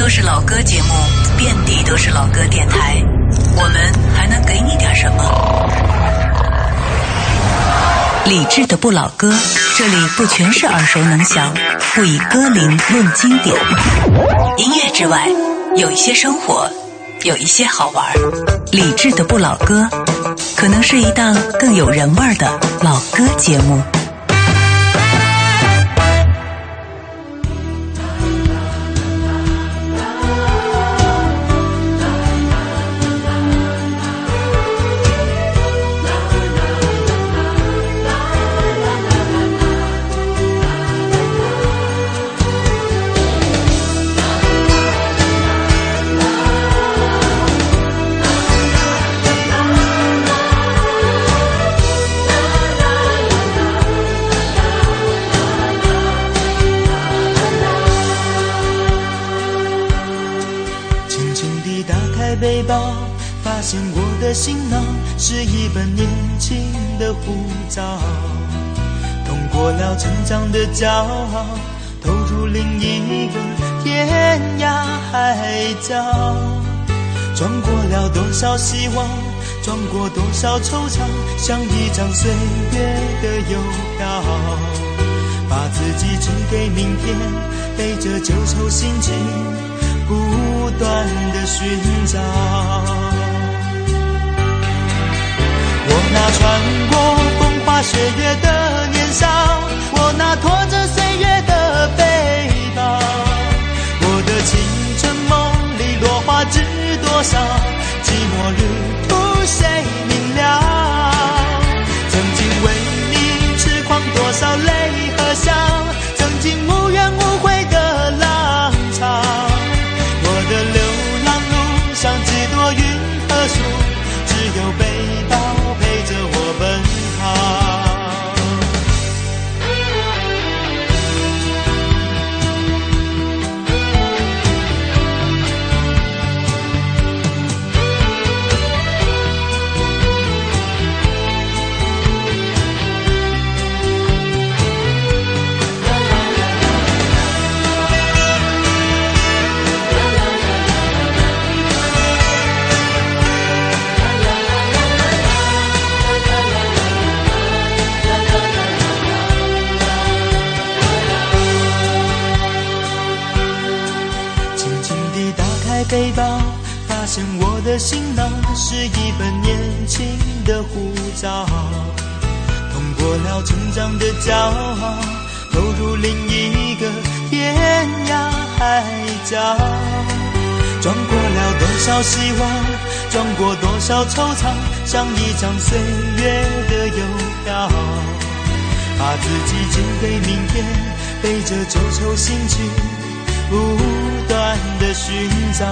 都是老歌节目，遍地都是老歌电台，我们还能给你点什么？理智的不老歌，这里不全是耳熟能详，不以歌龄论经典。音乐之外，有一些生活，有一些好玩。理智的不老歌，可能是一档更有人味的老歌节目。 背包，发现我的行囊是一本年轻的护照，通过了成长的骄傲，投入另一个天涯海角，装过了多少希望，装过多少惆怅，像一张岁月的邮票，把自己只给明天，背着旧愁心情不断的寻找。我那穿过风花雪月的年少，我那拖着岁月的背包，我的青春梦里落花知多少，寂寞旅途谁明了？曾经为你痴狂多少泪和笑，曾经无怨无悔的浪潮，我的流浪路上几多云和树，只有背包陪着我奔跑。背包，发现我的行囊是一本年轻的护照，通过了成长的骄傲，投入另一个天涯海角，装过了多少希望，装过多少惆怅，像一张岁月的邮票，把自己只给明天，背着旧愁心情不断的寻找。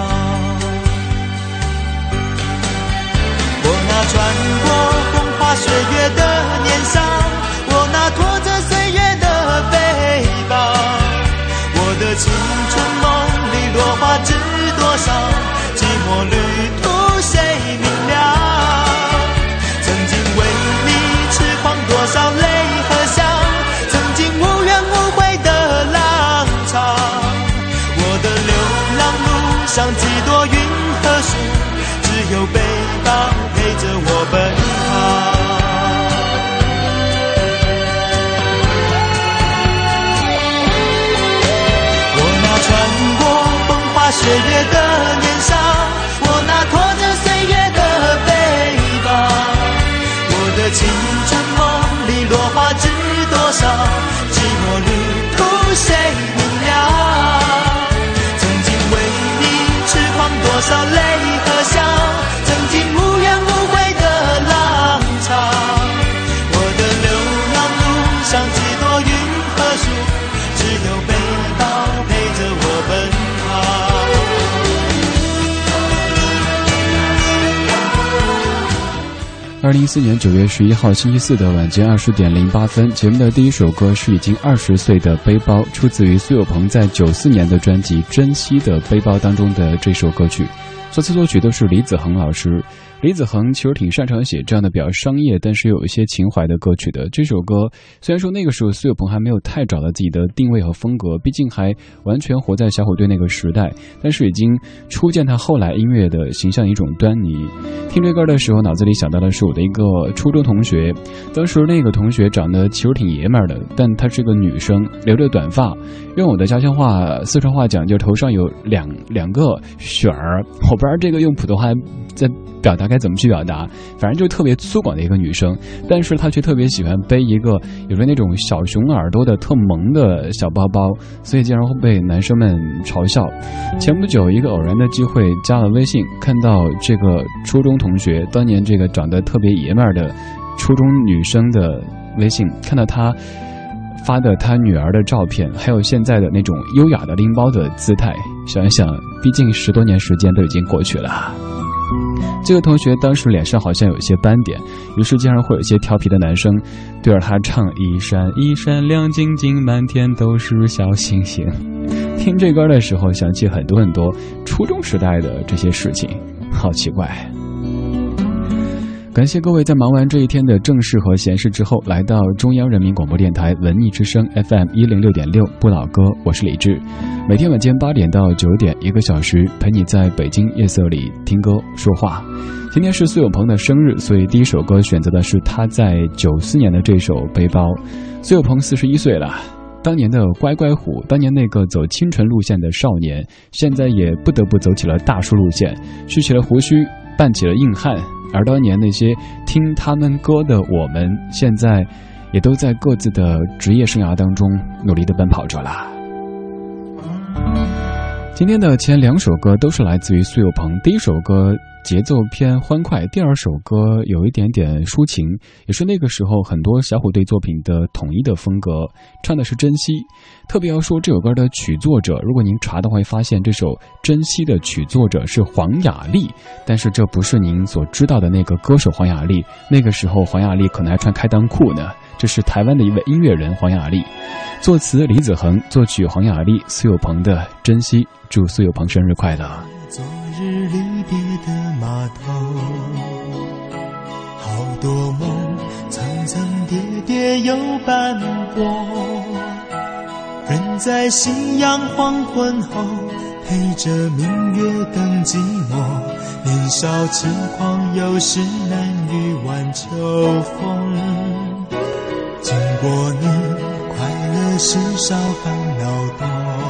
我那穿过风花雪月的年少，我那拖着岁月的背包，我的青春梦里落花知多少，寂寞旅途谁明了？曾经为你痴狂多少泪和笑，曾经无怨无悔的浪潮，像几朵云和树，只有背包陪着我奔跑。我那穿过风花雪月的年少，我那拖着岁月的背包，我的青春梦里落花知多少，寂寞旅途谁明了？多少泪和笑，曾经无怨无悔的浪潮，我的流浪路上几多云和树，只有背包陪着我奔跑。2014年9月11号星期四的晚间20点08分，节目的第一首歌是已经20岁的背包，出自于苏有朋在94年的专辑《珍惜的背包》当中的这首歌曲，作词作曲都是李子恒老师。 李子恒其实挺擅长写这样的比较商业但是有一些情怀的歌曲的。这首歌虽然说那个时候苏有朋还没有太找到自己的定位和风格，毕竟还完全活在小虎队那个时代，但是已经初见他后来音乐的形象一种端倪。听这歌的时候脑子里想到的是我的一个初中同学，当时那个同学长得其实挺爷们儿的，但她是个女生，留着短发，用我的家乡话四川话讲就头上有两个旋儿，我不知道这个用普通话在表达该怎么去表达，反正就特别粗犷的一个女生，但是她却特别喜欢背一个有着那种小熊耳朵的特萌的小包包，所以经常会被男生们嘲笑。前不久一个偶然的机会加了微信，看到这个初中同学当年这个长得特别爷们儿的初中女生的微信，看到她发的她女儿的照片，还有现在的那种优雅的拎包的姿态，想一想毕竟10多年时间都已经过去了。这个同学当时脸上好像有一些斑点，于是经常会有一些调皮的男生对着他唱一闪一闪亮晶晶，满天都是小星星。听这歌的时候想起很多很多初中时代的这些事情，好奇怪。感谢各位在忙完这一天的正事和闲事之后，来到中央人民广播电台文艺之声 FM 106.6不老歌，我是李志。每天晚间8点到9点，1个小时陪你在北京夜色里听歌说话。今天是苏有朋的生日，所以第一首歌选择的是他在94年的这首《背包》。苏有朋41岁了，当年的乖乖虎，当年那个走清纯路线的少年，现在也不得不走起了大叔路线，蓄起了胡须，扮起了硬汉。而当年那些听他们歌的我们，现在也都在各自的职业生涯当中努力地奔跑着啦。今天的前2首歌都是来自于苏有朋，第一首歌节奏偏欢快，第2首歌有一点点抒情，也是那个时候很多小虎队作品的统一的风格，唱的是珍惜。特别要说这首歌的曲作者，如果您查的话会发现这首珍惜的曲作者是黄雅莉，但是这不是您所知道的那个歌手黄雅莉，那个时候黄雅莉可能还穿开裆裤呢，这是台湾的一位音乐人黄雅莉，作词李子恒，作曲黄雅莉，苏有朋的珍惜。祝苏有朋生日快乐。 昨日离别的码头，好多梦层层叠叠又斑驳，人在夕阳黄昏后陪着明月等寂寞，年少轻狂有时难御晚秋风，经过你快乐时少烦恼多，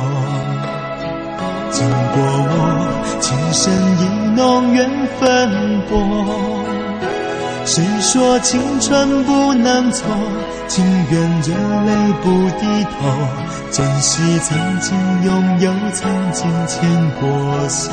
经过我情深意浓缘分薄，谁说青春不能错，情愿热泪不低头，珍惜曾经拥有，曾经牵过手，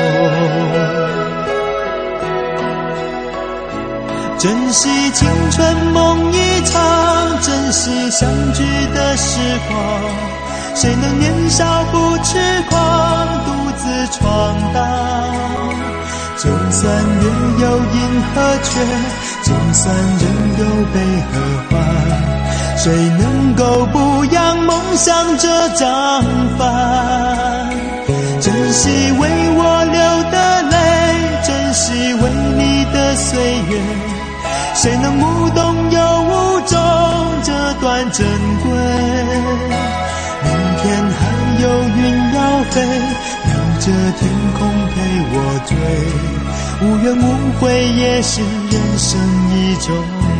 珍惜青春梦一场，珍惜相聚的时光，谁能年少不痴狂，独自闯荡，就算月有阴和缺，就算人有悲和欢，谁能够不扬梦想这张帆，珍惜为我流的泪，珍惜为你的岁月，谁能无动又无衷这段珍贵，明天还有云要飞，留着天空陪我追，无怨无悔也是人生一种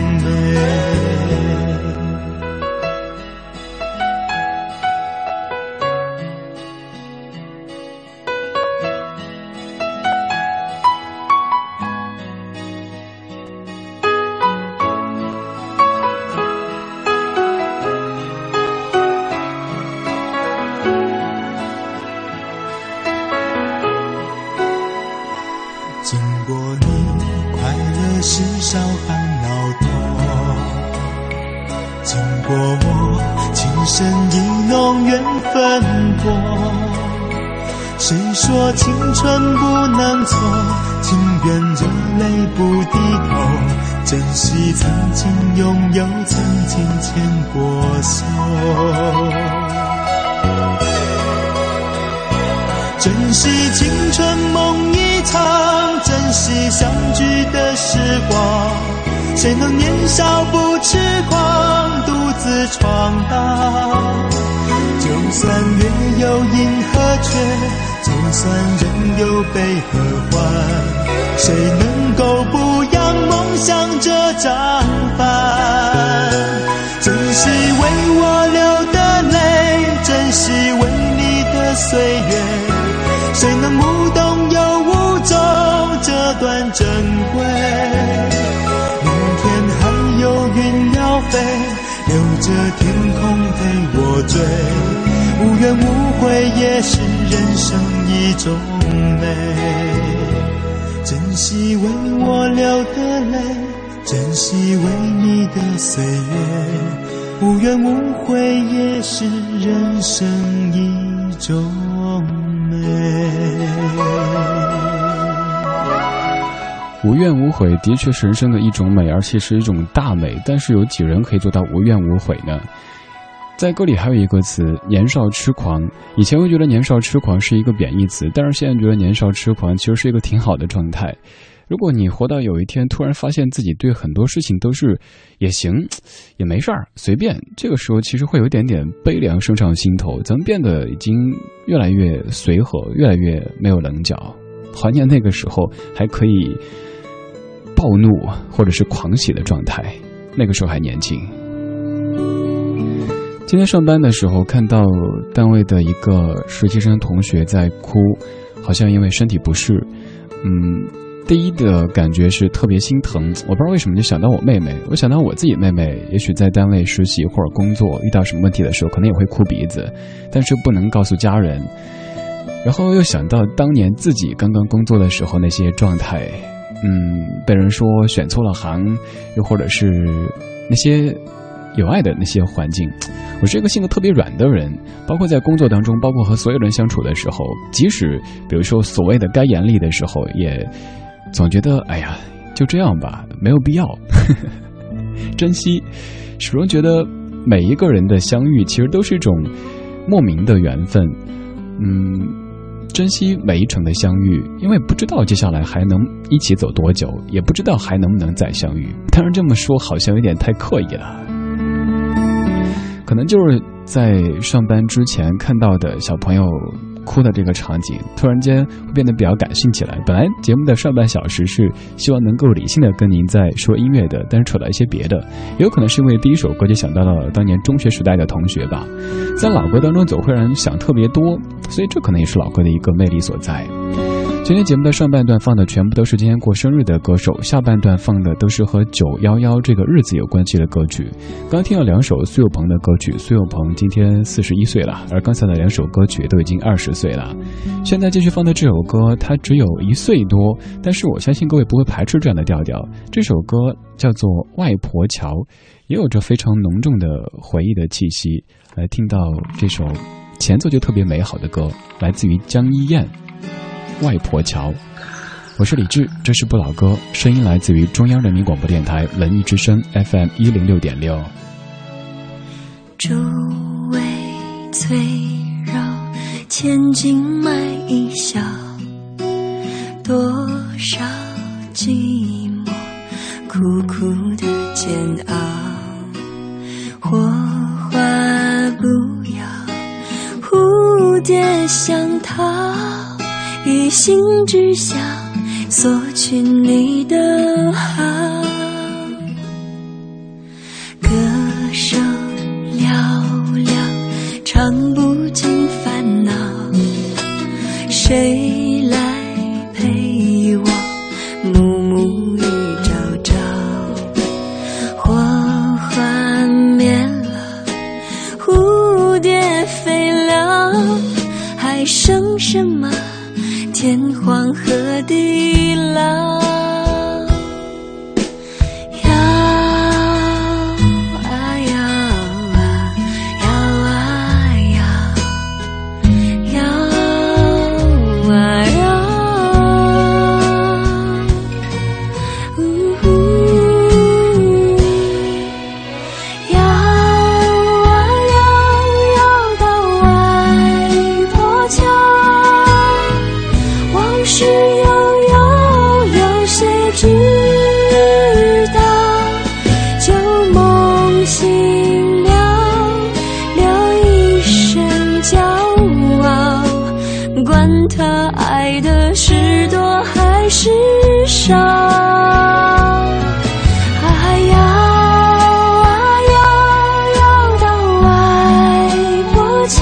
美。经过你快乐时少烦恼多，经过我情深意浓缘分薄，谁说青春不能错，情愿热泪不低头，珍惜曾经拥有，曾经牵过手， 珍惜青春梦一场，珍惜相聚的时光。谁能年少不痴狂，独自闯荡？就算月有阴和缺，就算人有悲和欢，谁能够不扬梦想这张帆？珍惜为我流的泪，珍惜为你的岁月，谁能无动又无衷这段珍贵？明天还有云要飞，留着天空陪我追，无怨无悔也是人生一种美。珍惜为我流的泪，珍惜为你的岁月，无怨无悔也是人生一种美。 无怨无悔的确是人生的一种美，而且是一种大美，但是有几人可以做到无怨无悔呢？在歌里还有一个词，年少痴狂。以前会觉得年少痴狂是一个贬义词，但是现在觉得年少痴狂其实是一个挺好的状态。如果你活到有一天突然发现自己对很多事情都是也行也没事儿随便，这个时候其实会有一点点悲凉升上心头，咱们变得已经越来越随和，越来越没有棱角。怀念那个时候还可以暴怒或者是狂喜的状态，那个时候还年轻。今天上班的时候看到单位的一个实习生同学在哭，好像因为身体不适。第一的感觉是特别心疼，我不知道为什么就想到我妹妹，我想到我自己妹妹也许在单位实习或者工作遇到什么问题的时候可能也会哭鼻子，但是不能告诉家人。然后又想到当年自己刚刚工作的时候那些状态，被人说选错了行，又或者是那些有爱的那些环境。我是一个性格特别软的人，包括在工作当中，包括和所有人相处的时候，即使比如说所谓的该严厉的时候，也总觉得哎呀就这样吧，没有必要珍惜。始终觉得每一个人的相遇其实都是一种莫名的缘分。珍惜每一程的相遇，因为不知道接下来还能一起走多久，也不知道还能不能再相遇。当然这么说好像有点太刻意了，可能就是在上班之前看到的小朋友哭的这个场景，突然间会变得比较感性起来。本来节目的上半小时是希望能够理性的跟您在说音乐的，但是扯到一些别的，也有可能是因为第一首歌就想到了当年中学时代的同学吧。在老歌当中总会让人想特别多，所以这可能也是老歌的一个魅力所在。今天节目的上半段放的全部都是今天过生日的歌手，下半段放的都是和911这个日子有关系的歌曲。刚听了2首苏有朋的歌曲，苏有朋今天41岁了，而刚才的2首歌曲都已经20岁了。现在继续放的这首歌，它只有1岁多，但是我相信各位不会排斥这样的调调。这首歌叫做《外婆桥》，也有着非常浓重的回忆的气息。来听到这首前奏就特别美好的歌，来自于江一燕，外婆桥。我是李志，这是不老歌，声音来自于中央人民广播电台文艺之声 FM 106.6。 周围脆弱，千金买一笑，多少寂寞，苦苦的煎熬。火花不要，蝴蝶想逃，一心只想索取你的好，歌声嘹亮，唱不尽烦恼，谁来陪我暮暮与朝朝？火花灭了，蝴蝶飞了，还剩什么？天荒和地老。 管他爱的是多还是少。到外婆桥，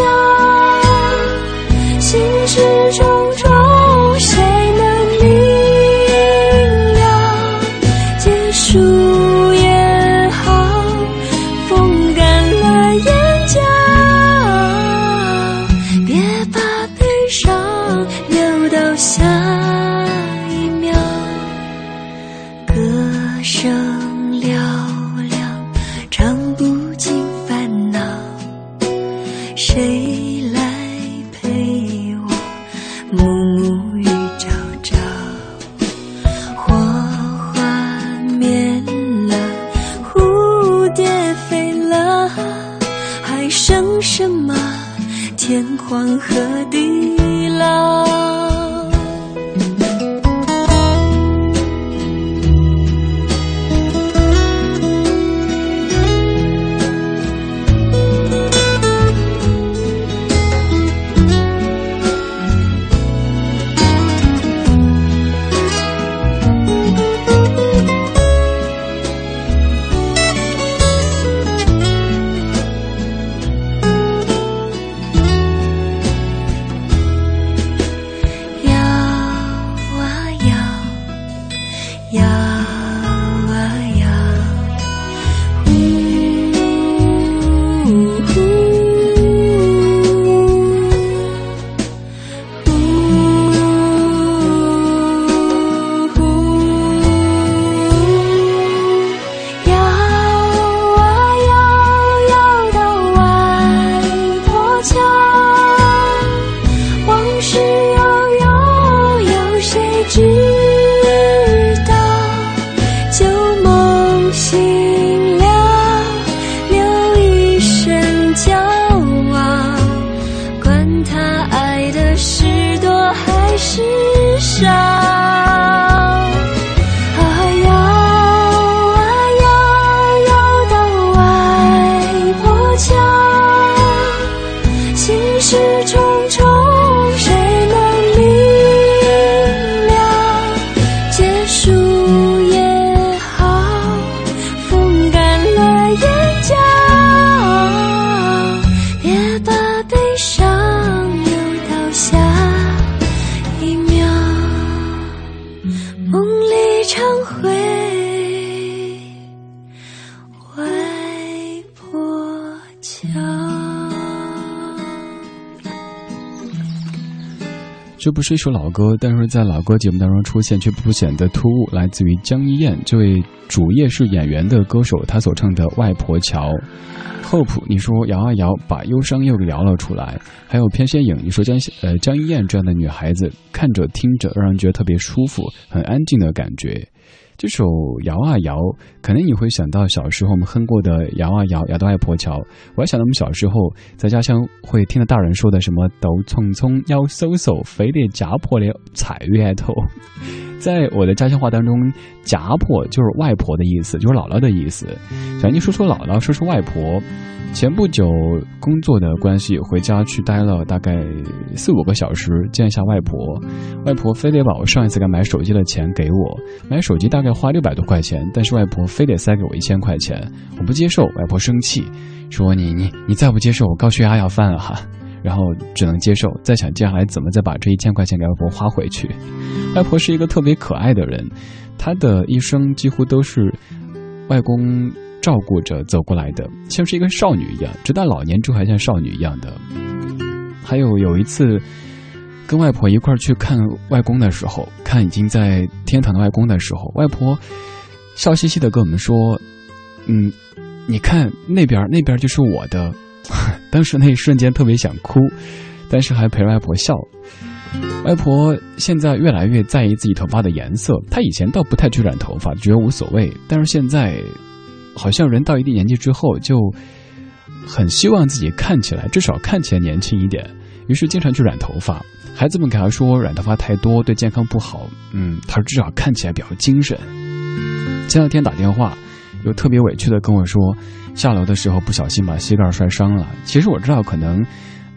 心事重重谁能明了，结束也好，风干了眼角，别把悲伤留到下一秒。歌声嘹亮，唱不尽烦恼，谁来陪我暮暮与朝朝？火花灭了，蝴蝶飞了，还剩什么？天荒和地老。 这不是一首老歌，但是在老歌节目当中出现却不显得突兀，来自于江一燕这位主业是演员的歌手，她所唱的《外婆桥》。Hope 你说摇啊摇，把忧伤又给摇了出来。还有偏先影你说江一燕这样的女孩子，看着听着让人觉得特别舒服，很安静的感觉。这首摇啊摇，可能你会想到小时候我们哼过的摇啊摇，摇到外婆桥。我还想到我们小时候在家乡会听到大人说的什么斗匆匆腰嗖嗖，非得家婆的踩月头。在我的家乡话当中，家婆就是外婆的意思，就是姥姥的意思。想你说说姥姥，说说外婆。前不久工作的关系回家去待了大概4-5个小时，见一下外婆。外婆非得把我上一次该买手机的钱给我，买手机大概花600多块钱，但是外婆非得塞给我1000块钱，我不接受，外婆生气说你再不接受我高血压要犯了哈。然后只能接受，再想接下来怎么再把这1000块钱给外婆花回去。外婆是一个特别可爱的人，她的一生几乎都是外公照顾着走过来的，像是一个少女一样，直到老年之后还像少女一样的。还有一次跟外婆一块去看外公的时候，看已经在天堂的外公的时候，外婆笑嘻嘻的跟我们说你看那边就是我的。当时那一瞬间特别想哭，但是还陪外婆笑。外婆现在越来越在意自己头发的颜色，她以前倒不太去染头发，觉得无所谓，但是现在好像人到一定年纪之后就很希望自己看起来至少看起来年轻一点，于是经常去染头发。孩子们给她说染头发太多对健康不好，她说至少看起来比较精神。前两天打电话又特别委屈的跟我说，下楼的时候不小心把膝盖摔伤了。其实我知道可能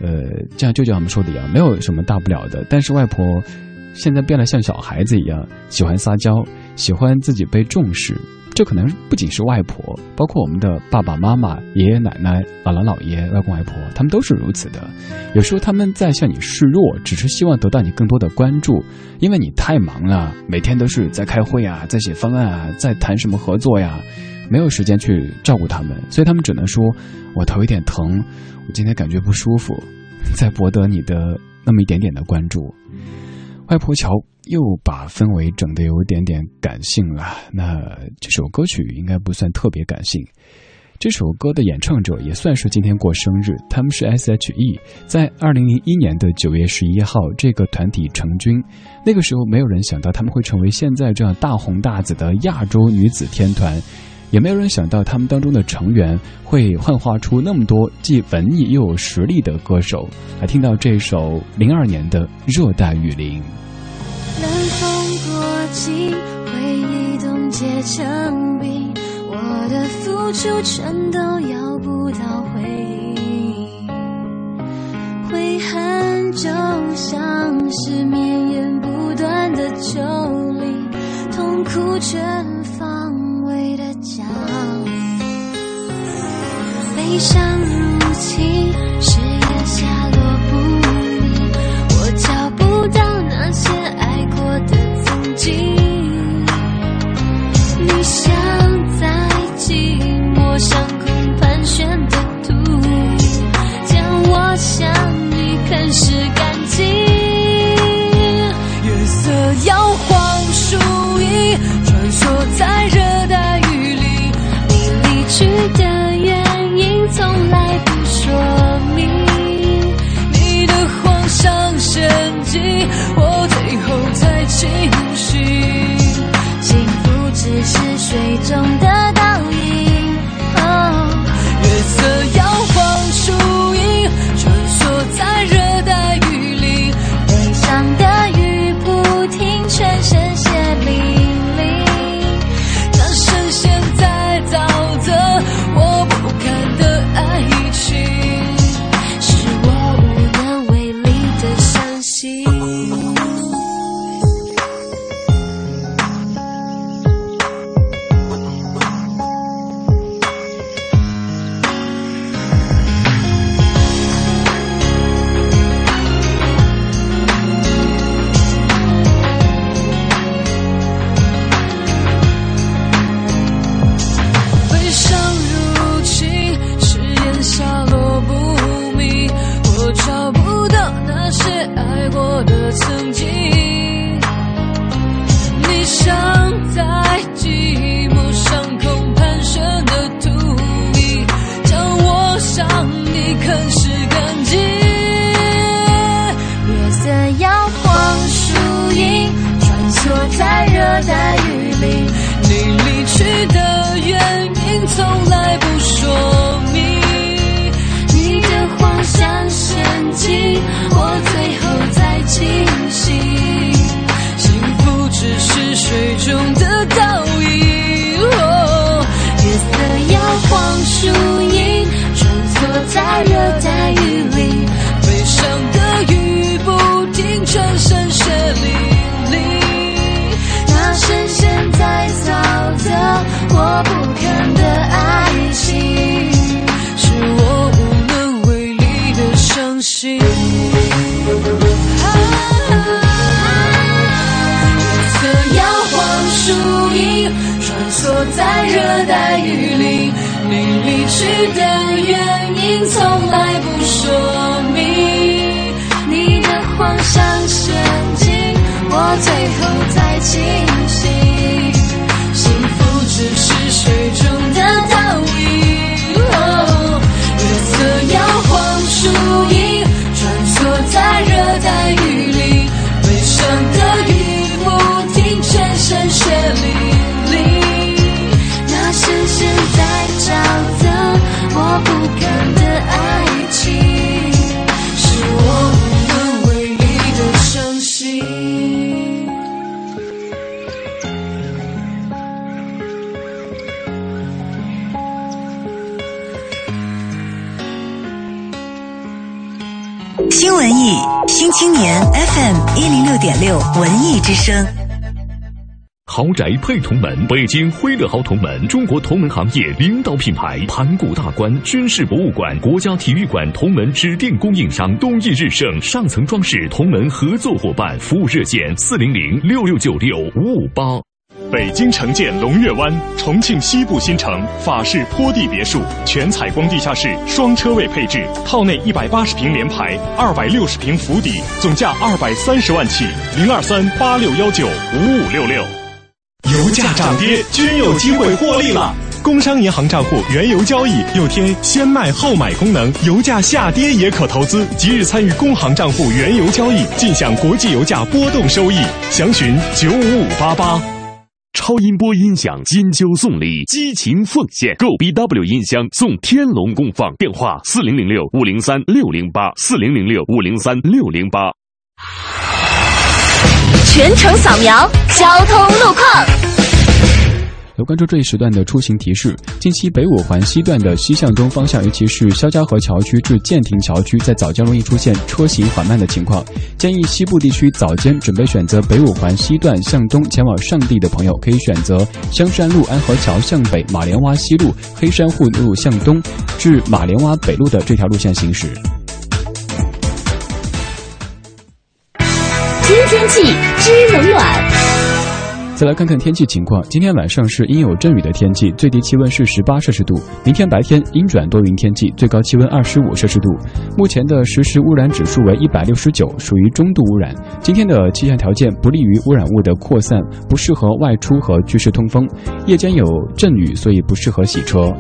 就像舅舅他们说的一样，没有什么大不了的。但是外婆现在变得像小孩子一样，喜欢撒娇，喜欢自己被重视。这可能不仅是外婆，包括我们的爸爸妈妈、爷爷奶奶、姥姥姥爷、外公外婆，他们都是如此的。有时候他们在向你示弱，只是希望得到你更多的关注，因为你太忙了，每天都是在开会啊，在写方案啊，在谈什么合作呀，没有时间去照顾他们，所以他们只能说，我头有点疼，我今天感觉不舒服，在博得你的那么一点点的关注。外婆桥又把氛围整得有点点感性了，那这首歌曲应该不算特别感性。这首歌的演唱者也算是今天过生日，他们是 S.H.E， 在2001年的9月11号，这个团体成军。那个时候没有人想到他们会成为现在这样大红大紫的亚洲女子天团，也没有人想到他们当中的成员会幻化出那么多既文艺又有实力的歌手。来听到这首02年的《热带雨林》。 冷风过境，回忆冻结成冰，我的付出全都要不到回应，悔恨就像是绵延不断的丘陵，痛苦全方位的降临，悲伤入侵，誓言下落不明，我找不到那些爱过的曾经，你像在寂寞上空盘旋的秃鹰，将我向你啃食干净，月色摇晃树影，穿梭在热带雨林，你离去的原因从来不说明，你的慌上神经，我最后才清醒，幸福只是水中的倒影，月色摇晃树影，穿梭在热带雨林，悲伤的雨不停，全身血淋淋，那深陷在沼泽我不堪的爱情，是我无能为力的伤心。悲伤入侵，誓言下落不明，我找不到那些爱过的曾经，你像在寂寞上空盘旋的秃鹰，将我向你啃食干净，月色摇晃树影，穿梭在热带雨林，你离去的原因从来不说明，你的慌像神经，我最后才清醒，幸福只是水中的倒影，月色摇晃树影，穿梭在热带雨林，悲伤的雨不停，全身血淋淋，那深陷在沼泽我不堪的爱情，是我无能为力的伤心。月色摇晃树影，穿梭在热带雨林，你离去的原因从来不说明，你的慌像神经，我最后才清醒，幸福只是水中的倒影，月色摇晃树影，穿梭在热带雨林，悲伤的雨不停，全身血淋淋，那深陷在沼泽我不堪的爱情，是我无能为力的伤心。 青年 FM106.6 文艺之声。 豪宅配同门，北京辉乐豪同门，中国同门行业领导品牌，盘古大观军事博物馆、国家体育馆同门指定供应商，东益日盛上层装饰同门合作伙伴，服务热线40066965558。 北京城建龙悦湾，重庆西部新城法式坡地别墅，全采光地下室，双车位配置，套内180平联排，260平府邸，总价230万起，02386195566。油价涨跌均有机会获利了。工商银行账户原油交易又添先卖后买功能，油价下跌也可投资。即日参与工行账户原油交易，尽享国际油价波动收益。详询95588。 超音波音响金秋送礼，激情奉献，购 BW 音箱送天龙功放，电话4006-503-608，4006-503-608。 全程扫描交通路况。 有关注这一时段的出行提示，近期北五环西段的西向东方向，尤其是肖家河桥区至建亭桥区，在早间容易出现车行缓慢的情况，建议西部地区早间准备选择北五环西段向东前往上地的朋友，可以选择香山路安河桥向北、马莲洼西路、黑山护路向东至马莲洼北路的这条路线行驶。 听天气知冷暖。 再来看看天气情况，今天晚上是阴有阵雨的天气，最低气温是18摄氏度。明天白天阴转多云天气，最高气温25摄氏度。目前的实时污染指数为169，属于中度污染。今天的气象条件不利于污染物的扩散，不适合外出和居室通风。夜间有阵雨，所以不适合洗车。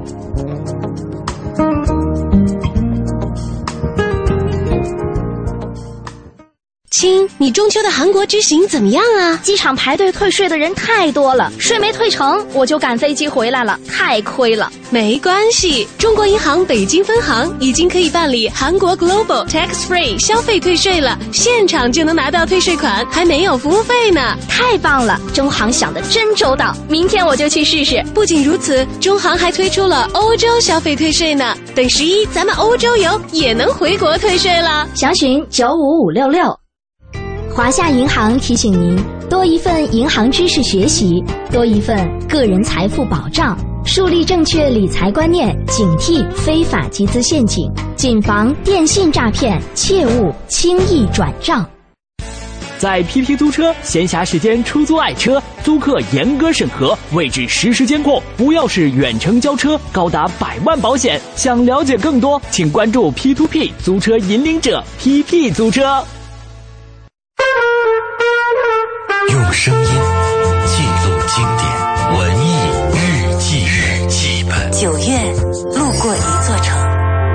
亲，你中秋的韩国之行怎么样啊？ 机场排队退税的人太多了，税没退成，我就赶飞机回来了，太亏了。 没关系，中国银行北京分行已经可以办理韩国 Global Tax Free 消费退税了，现场就能拿到退税款，还没有服务费呢。 太棒了，中行想得真周到，明天我就去试试。 不仅如此，中行还推出了欧洲消费退税呢，等11咱们欧洲游也能回国退税了。 详询95566。华夏银行提醒您，多一份银行知识学习，多一份个人财富保障，树立正确理财观念，警惕非法集资陷阱，谨防电信诈骗，切勿轻易转账。 在 PP 租车闲暇时间出租爱车，租客严格审核，位置实时监控，无钥匙远程交车，高达100万保险。想了解更多，请关注 P2P 租车引领者 PP 租车。 用声音记录经典，文艺日记本。 9月，路过一座城。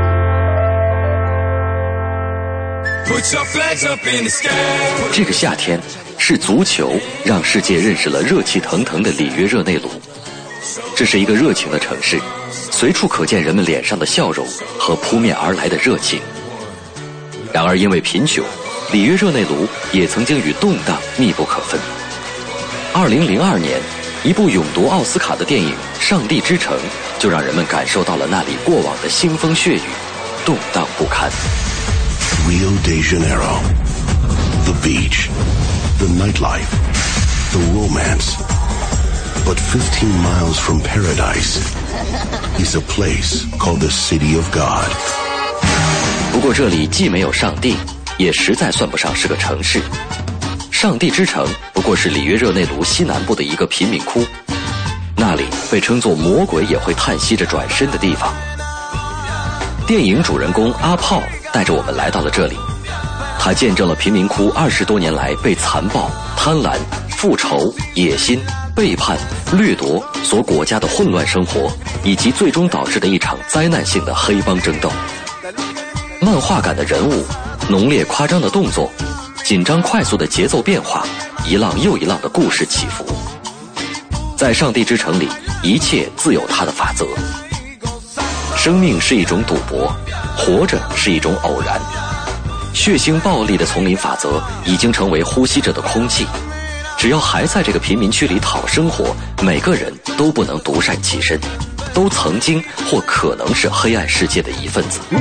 这个夏天，是足球让世界认识了热气腾腾的里约热内卢。这是一个热情的城市，随处可见人们脸上的笑容和扑面而来的热情。然而因为贫穷，里约热内卢也曾经与动荡密不可分。2002年，一部勇夺奥斯卡的电影《上帝之城》就让人们感受到了那里过往的腥风血雨，动荡不堪。 Rio de Janeiro, the beach, the nightlife, the romance. But 15 miles from paradise is a place called the City of God. 不过这里既没有上帝，也实在算不上是个城市。上帝之城不过是里约热内卢西南部的一个贫民窟，那里被称作魔鬼也会叹息着转身的地方。电影主人公阿炮带着我们来到了这里，他见证了贫民窟20多年来被残暴、贪婪、复仇、野心、背叛、掠夺所裹挟的混乱生活，以及最终导致的一场灾难性的黑帮争斗。漫画感的人物，浓烈夸张的动作，紧张快速的节奏变化，一浪又一浪的故事起伏。在上帝之城里，一切自有它的法则。生命是一种赌博，活着是一种偶然。血腥暴力的丛林法则已经成为呼吸着的空气。只要还在这个贫民区里讨生活，每个人都不能独善其身， 都曾经或可能是黑暗世界的一份子。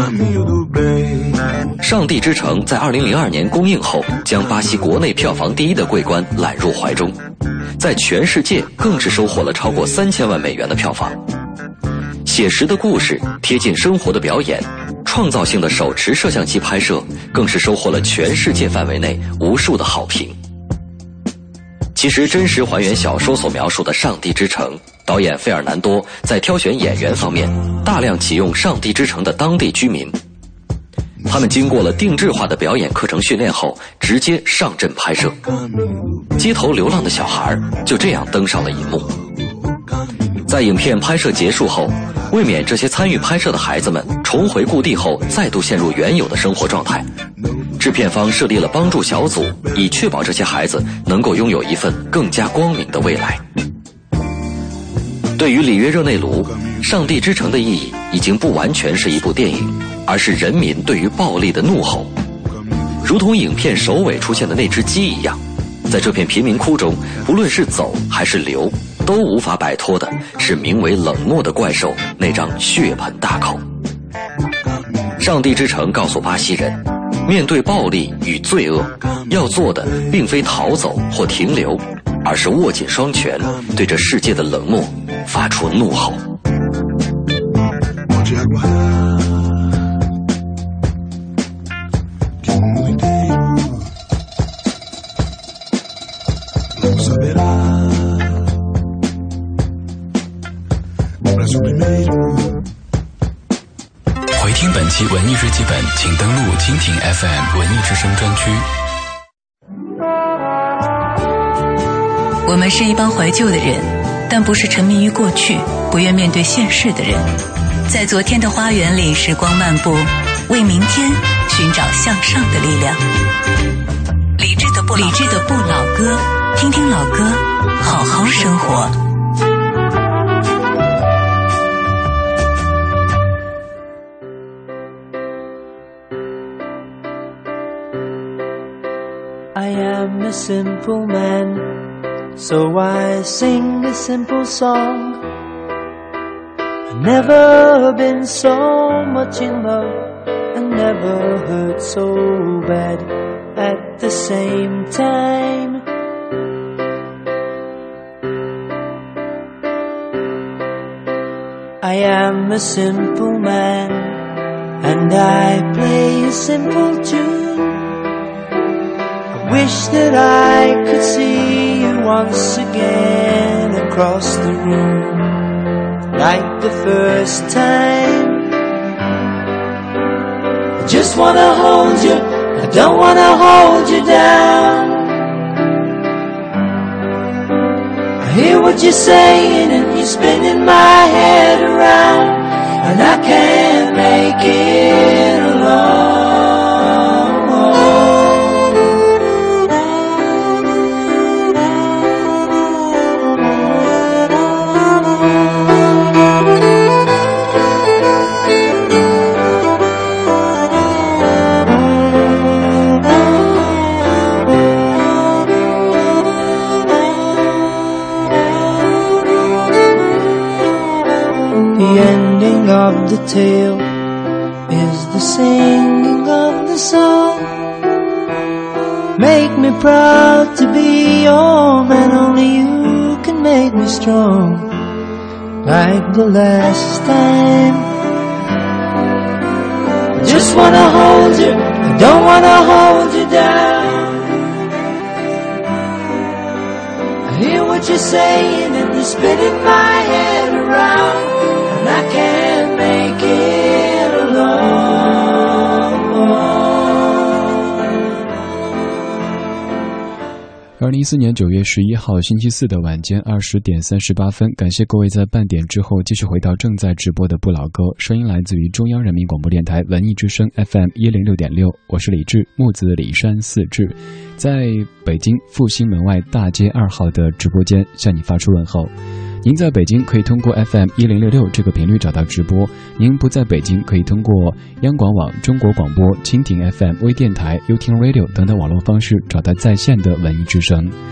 上帝之城在2002年公映后，将巴西国内票房第1的桂冠揽入怀中，在全世界更是收获了超过3000万美元的票房。写实的故事，贴近生活的表演，创造性的手持摄像机拍摄，更是收获了全世界范围内无数的好评。其实真实还原小说所描述的上帝之城，导演费尔南多在挑选演员方面大量启用上帝之城的当地居民，他们经过了定制化的表演课程训练后，直接上阵拍摄，街头流浪的小孩就这样登上了银幕。在影片拍摄结束后，为免这些参与拍摄的孩子们重回故地后再度陷入原有的生活状态，制片方设立了帮助小组，以确保这些孩子能够拥有一份更加光明的未来。对于里约热内卢，上帝之城的意义已经不完全是一部电影，而是人民对于暴力的怒吼。如同影片首尾出现的那只鸡一样，在这片贫民窟中，不论是走还是留，都无法摆脱的是名为冷漠的怪兽那张血盆大口。上帝之城告诉巴西人，面对暴力与罪恶，要做的并非逃走或停留，而是握紧双拳，对这世界的冷漠发出怒吼。 回听本期文艺日记本，请登录蜻蜓 FM 文艺之声专区。 我们是一帮怀旧的人，但不是沉迷于过去、不愿面对现实的人。在昨天的花园里时光漫步，为明天寻找向上的力量。理智的不老歌，听听老歌，好好生活。 I am a simple man, so I sing a simple song. I've never been so much in love, and never hurt so bad at the same time. I am a simple man, and I play a simple tune.Wish that I could see you once again across the room, like the first time. I just wanna hold you, I don't wanna hold you down. I hear what you're saying and you're spinning my head around, and I can't make it alone.Of the tale is the singing of the song. Make me proud to be your man, only you can make me strong, like the last time. I just wanna hold you, I don't wanna hold you down. I hear what you're saying and you're spinning my head around, and I can't make it alone.2014 年9月11号星期四的晚间20点38分，感谢各位在半点之后继续回到正在直播的不老歌，声音来自于中央人民广播电台文艺之声 FM 106.6，我是李志，木子李山四志，在北京复兴门外大街2号的直播间向你发出问候。您在北京可以通过 FM 1066这个频率找到直播，您不在北京可以通过央广网、中国广播、蜻蜓 FM、微电台、优听 Radio 等等网络方式找到在线的文艺之声。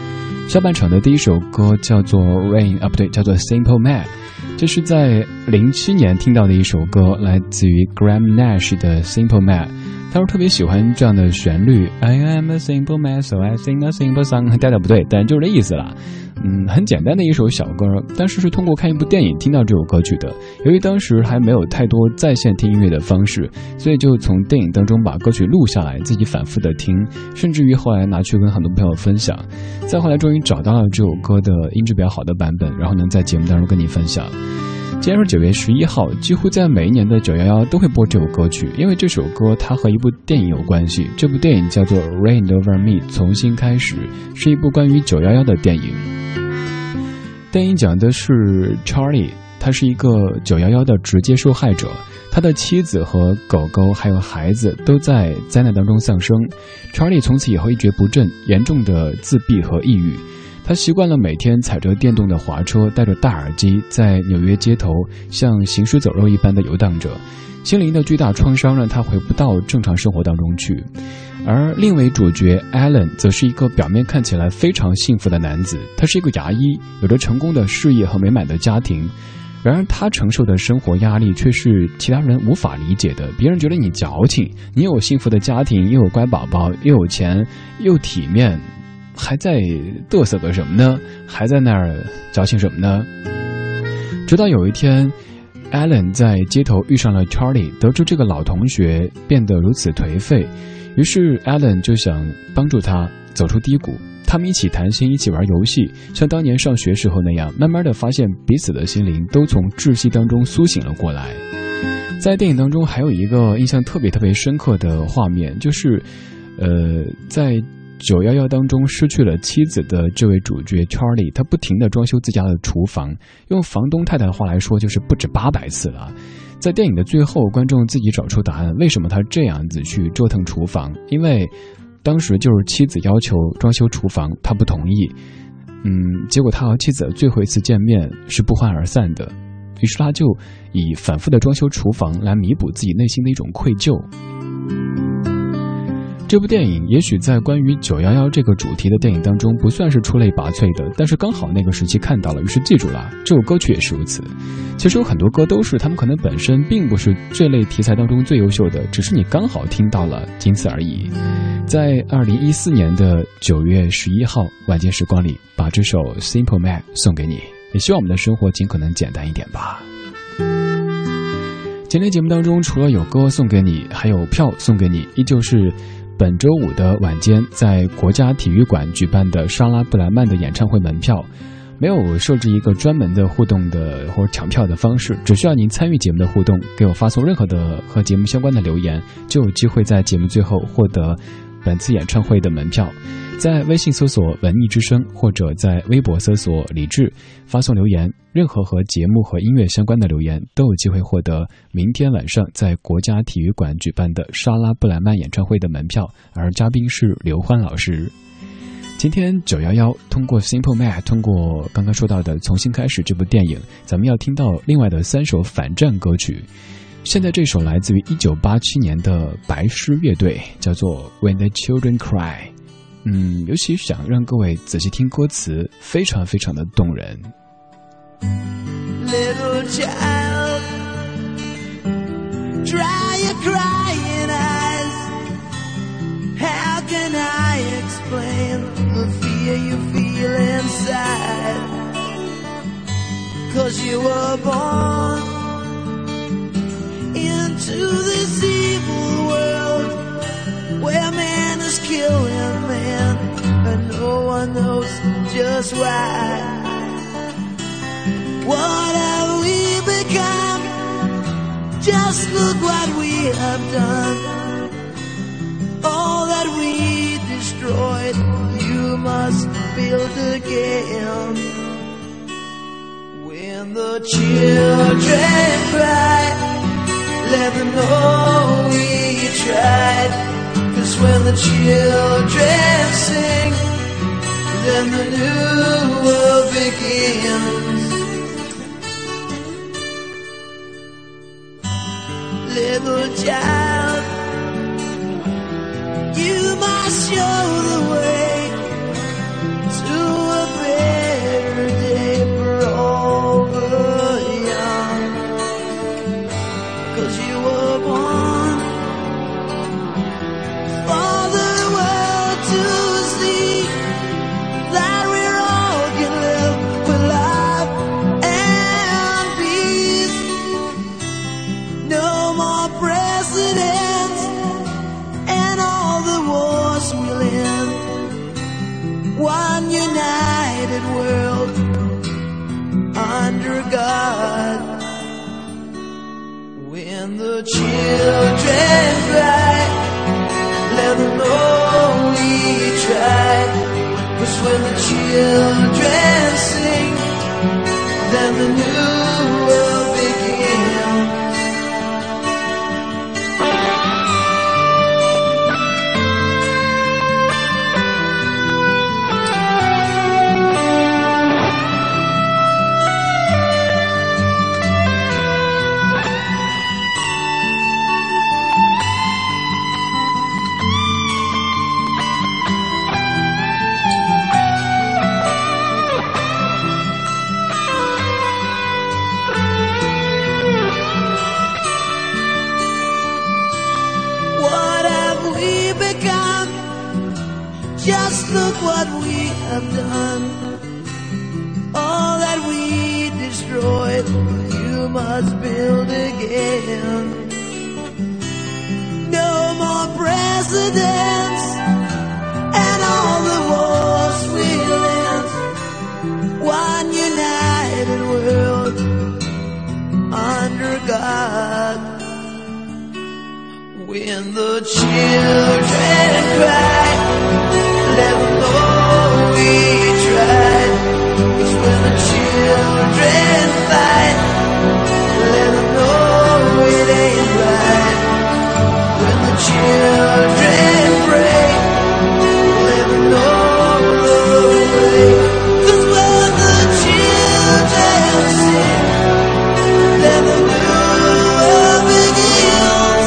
下半场的第一首歌叫做 Rain， 不对，叫做 Simple Man， 这是在07年听到的一首歌，来自于 Graham Nash 的 Simple Man。他说特别喜欢这样的旋律 I am a simple man so I sing a simple song， 调调不对，但就是这意思啦。很简单的一首小歌，但是是通过看一部电影听到这首歌曲的。由于当时还没有太多在线听音乐的方式，所以就从电影当中把歌曲录下来，自己反复的听，甚至于后来拿去跟很多朋友分享。再后来终于找到了这首歌的音质比较好的版本，然后能在节目当中跟你分享。今天是9月11号，几乎在每一年的911都会播这首歌曲，因为这首歌它和一部电影有关系。这部电影叫做 Rain Over Me， 重新开始，是一部关于911的电影。电影讲的是 Charlie， 他是一个911的直接受害者，他的妻子和狗狗还有孩子都在灾难当中丧生。Charlie 从此以后一蹶不振，严重的自闭和抑郁。他习惯了每天踩着电动的滑车，戴着大耳机，在纽约街头像行尸走肉一般的游荡着。心灵的巨大创伤让他回不到正常生活当中去。而另一位主角 Alan 则是一个表面看起来非常幸福的男子，他是一个牙医，有着成功的事业和美满的家庭。然而他承受的生活压力却是其他人无法理解的。别人觉得你矫情，你有幸福的家庭，又有乖宝宝，又有钱，又体面，还在嘚瑟个什么呢？还在那儿矫情什么呢？直到有一天 Alan 在街头遇上了 Charlie， 得知这个老同学变得如此颓废，于是 Alan 就想帮助他走出低谷。他们一起谈心，一起玩游戏，像当年上学时候那样，慢慢的发现彼此的心灵都从窒息当中苏醒了过来。在电影当中还有一个印象特别深刻的画面，就是在911当中失去了妻子的这位主角 Charlie， 他不停地装修自家的厨房，用房东太太的话来说就是不止800次了。在电影的最后，观众自己找出答案，为什么他这样子去折腾厨房？因为当时就是妻子要求装修厨房，他不同意。结果他和妻子的最后一次见面是不欢而散的。于是他就以反复的装修厨房来弥补自己内心的一种愧疚。这部电影也许在关于911这个主题的电影当中不算是出类拔萃的，但是刚好那个时期看到了，于是记住了。这首歌曲也是如此。其实有很多歌都是他们可能本身并不是这类题材当中最优秀的，只是你刚好听到了，仅此而已。在2014年的9月11号晚间时光里，把这首 Simple Man 送给你，也希望我们的生活尽可能简单一点吧。今天节目当中除了有歌送给你，还有票送给你，依旧是本周五的晚间在国家体育馆举办的莎拉布莱曼的演唱会门票。没有设置一个专门的互动的或者抢票的方式，只需要您参与节目的互动，给我发送任何的和节目相关的留言，就有机会在节目最后获得本次演唱会的门票。在微信搜索文艺之声，或者在微博搜索李志，发送留言，任何和节目和音乐相关的留言都有机会获得明天晚上在国家体育馆举办的莎拉布莱曼演唱会的门票，而嘉宾是刘欢老师。今天911通过 Simple Man， 通过刚刚说到的重新开始这部电影，咱们要听到另外的3首反战歌曲。现在这首来自于1987年的白狮乐队，叫做 When the Children Cry。尤其想让各位仔细听歌词，非常非常的动人。 Little child, dry your crying eyes. How can I explain the fear you feel inside? 'Cause you were born into this evil world where man is killing man, and no one knows just why. What have we become? Just look what we have done. All that we destroyed, you must build again. When the children cry, let them know we tried. 'Cause when the children sing, then the new world begins. Little child, you must show the way to a united world under God. When the children cry, let them know we tried. 'Cause when the children sing, then the new world begins. Just look what we have done. All that we destroyed, you must build again. No more presidents and all the wars will end. One united world under God. When the children cry, let them know we tried. 'Cause when the children fight, let them know it ain't right. When the children pray, let them know the way. 'Cause when the children sing, then the new world begins.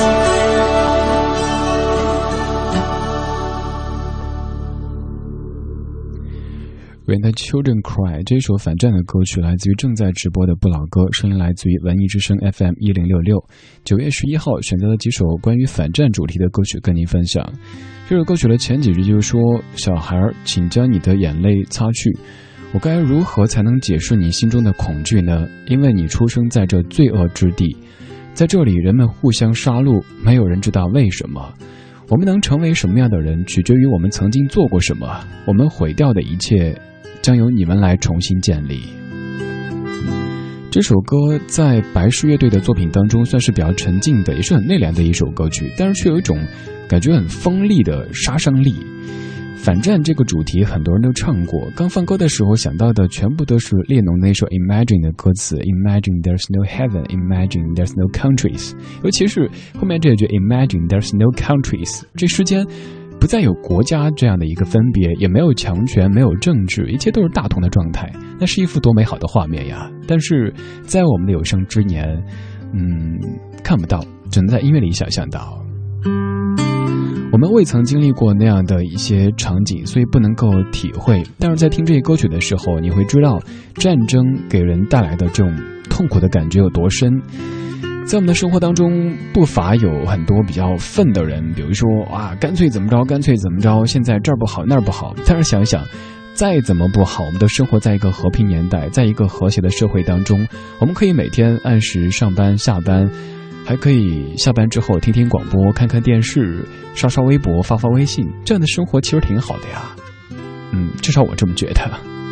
When the Children Cry 这首反战的歌曲来自于正在直播的不老歌，声音来自于文艺之声 FM 1066。9月11号选择了几首关于反战主题的歌曲跟您分享。这首歌曲的前几句就是说：小孩儿，请将你的眼泪擦去。我该如何才能解释你心中的恐惧呢？因为你出生在这罪恶之地，在这里人们互相杀戮，没有人知道为什么。我们能成为什么样的人，取决于我们曾经做过什么。我们毁掉的一切，将由你们来重新建立。这首歌在白狮乐队的作品当中算是比较沉静的，也是很内敛的一首歌曲，但是却有一种感觉很锋利的杀伤力。反战这个主题很多人都唱过，刚放歌的时候想到的全部都是列侬那首 Imagine 的歌词， Imagine there's no heaven, Imagine there's no countries， 尤其是后面这句 Imagine there's no countries， 这世间不再有国家这样的一个分别，也没有强权，没有政治，一切都是大同的状态，那是一幅多美好的画面呀！但是在我们的有生之年，看不到，只能在音乐里想象到。我们未曾经历过那样的一些场景，所以不能够体会，但是在听这些歌曲的时候，你会知道战争给人带来的这种痛苦的感觉有多深。在我们的生活当中不乏有很多比较愤的人，比如说干脆怎么着干脆怎么着，现在这儿不好那儿不好。但是想想再怎么不好，我们都生活在一个和平年代，在一个和谐的社会当中，我们可以每天按时上班下班，还可以下班之后听听广播，看看电视，刷刷微博，发发微信，这样的生活其实挺好的呀。至少我这么觉得。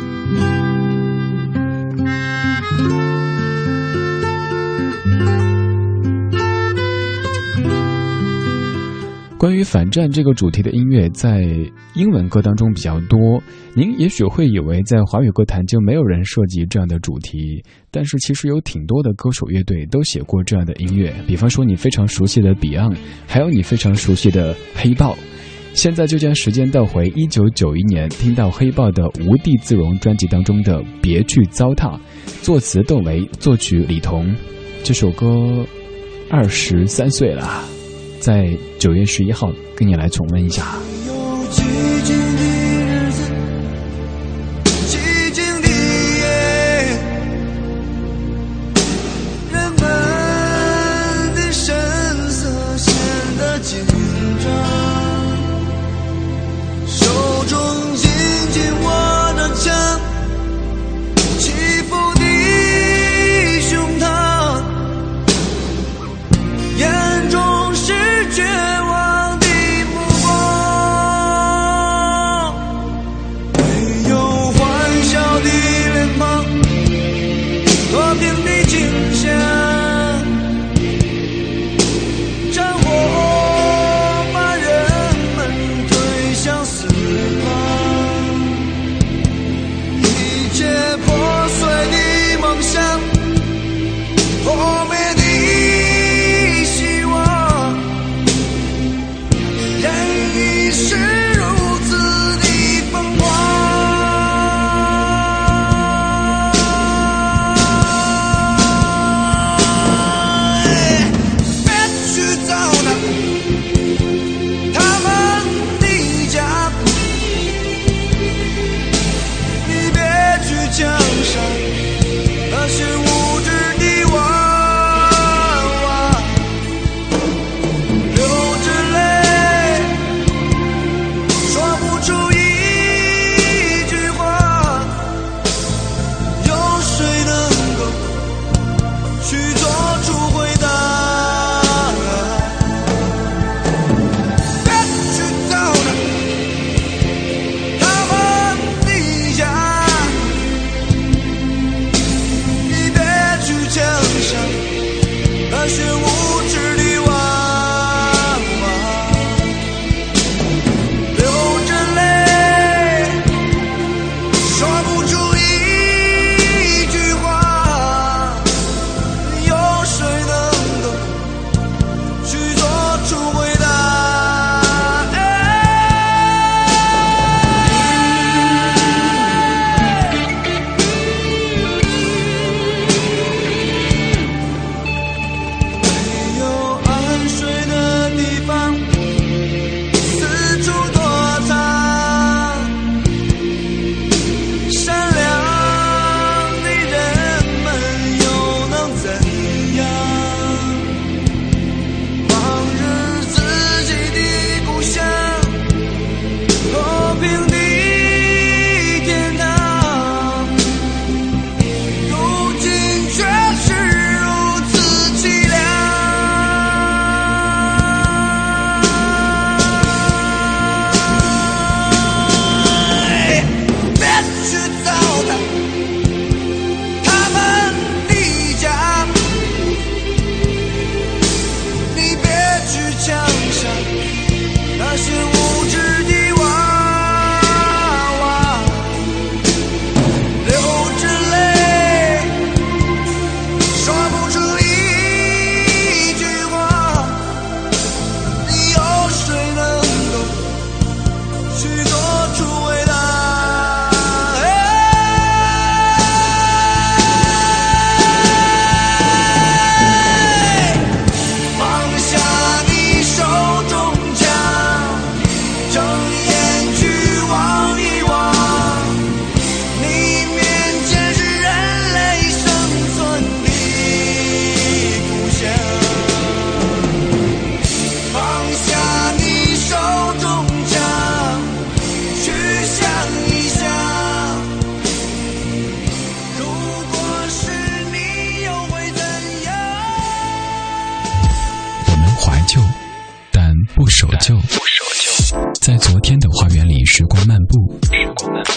关于反战这个主题的音乐在英文歌当中比较多，您也许会以为在华语歌坛就没有人涉及这样的主题，但是其实有挺多的歌手乐队都写过这样的音乐，比方说你非常熟悉的 Beyond， 还有你非常熟悉的黑豹。现在就将时间倒回1991年，听到黑豹的《无地自容》专辑当中的《别去糟蹋》，作词窦唯，作曲李彤。这首歌23岁了，在9月11号跟你来重温一下。 有寂静的日子，寂静的夜，人们的神色显得紧张，手中紧紧握着枪，起伏的胸膛，眼中是绝望的目光。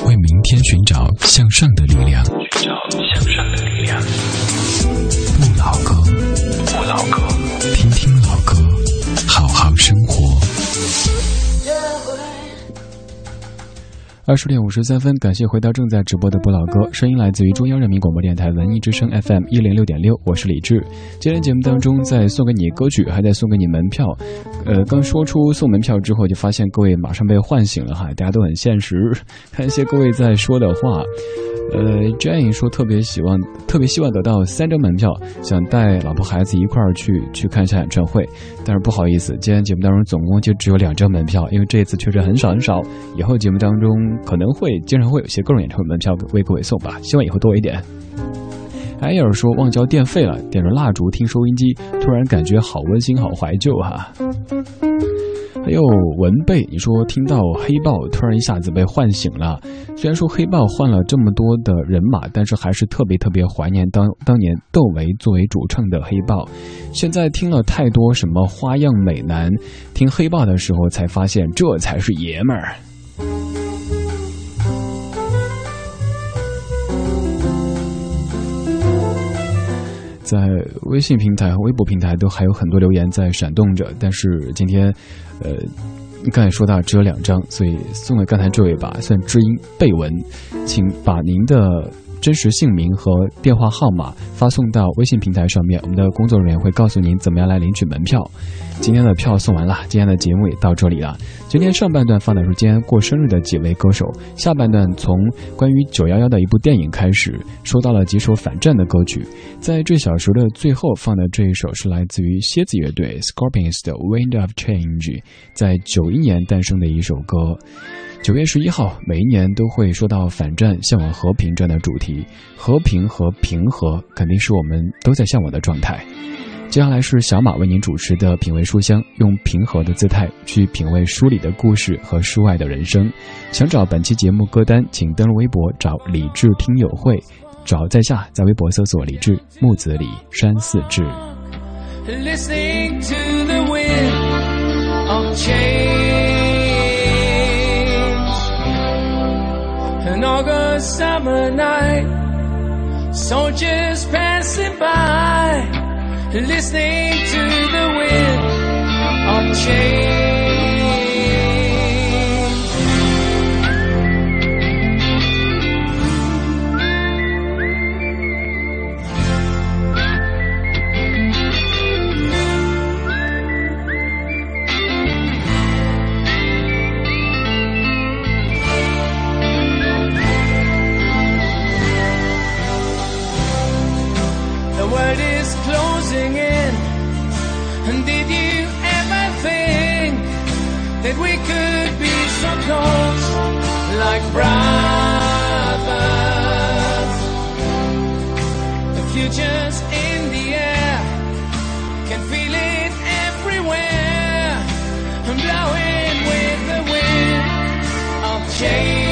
为明天寻找向上的力量。不老歌，听听老歌，好好生活。20点53分，感谢回到正在直播的不老歌，声音来自于中央人民广播电台文艺之声 FM 106.6，我是李志。今天节目当中在送给你歌曲，还在送给你门票。刚说出送门票之后，就发现各位马上被唤醒了哈，大家都很现实。看一些各位在说的话。Jane 说特别希望得到3张门票，想带老婆孩子一块儿去看一下演唱会，但是不好意思，今天节目当中总共就只有2张门票，因为这一次确实很少，以后节目当中可能会经常会有些各种演唱会门票为各位送吧，希望以后多一点。还有人说忘交电费了，点着蜡烛听收音机，突然感觉好温馨好怀旧哈。还有文贝，你说听到黑豹突然一下子被唤醒了，虽然说黑豹换了这么多的人马，但是还是特别怀念当年窦唯作为主唱的黑豹。现在听了太多什么花样美男，听黑豹的时候才发现这才是爷们儿。在微信平台和微博平台都还有很多留言在闪动着，但是今天刚才说到只有2张，所以送给刚才这位吧，算知音备文，请把您的真实姓名和电话号码发送到微信平台上面，我们的工作人员会告诉您怎么样来领取门票。今天的票送完了，今天的节目也到这里了。今天上半段放的是今天过生日的几位歌手，下半段从关于911的一部电影开始，说到了几首反战的歌曲。在这小时的最后放的这一首是来自于蝎子乐队 Scorpions 的 Wind of Change， 在91年诞生的一首歌。9月11号每一年都会说到反战向往和平这样的主题，和平和平和肯定是我们都在向往的状态。接下来是小马为您主持的品味书香，用平和的姿态去品味书里的故事和书外的人生。想找本期节目歌单，请登录微博找李志听友会，找在下，在微博搜索李志，木子李，山寺志。 Listening to the wind of change, an August summer night, soldiers passing by, listening to the wind of change. The world is closing in, and did you ever think that we could be so close, like brothers? The future's in the air, can feel it everywhere, blowing with the wind of change.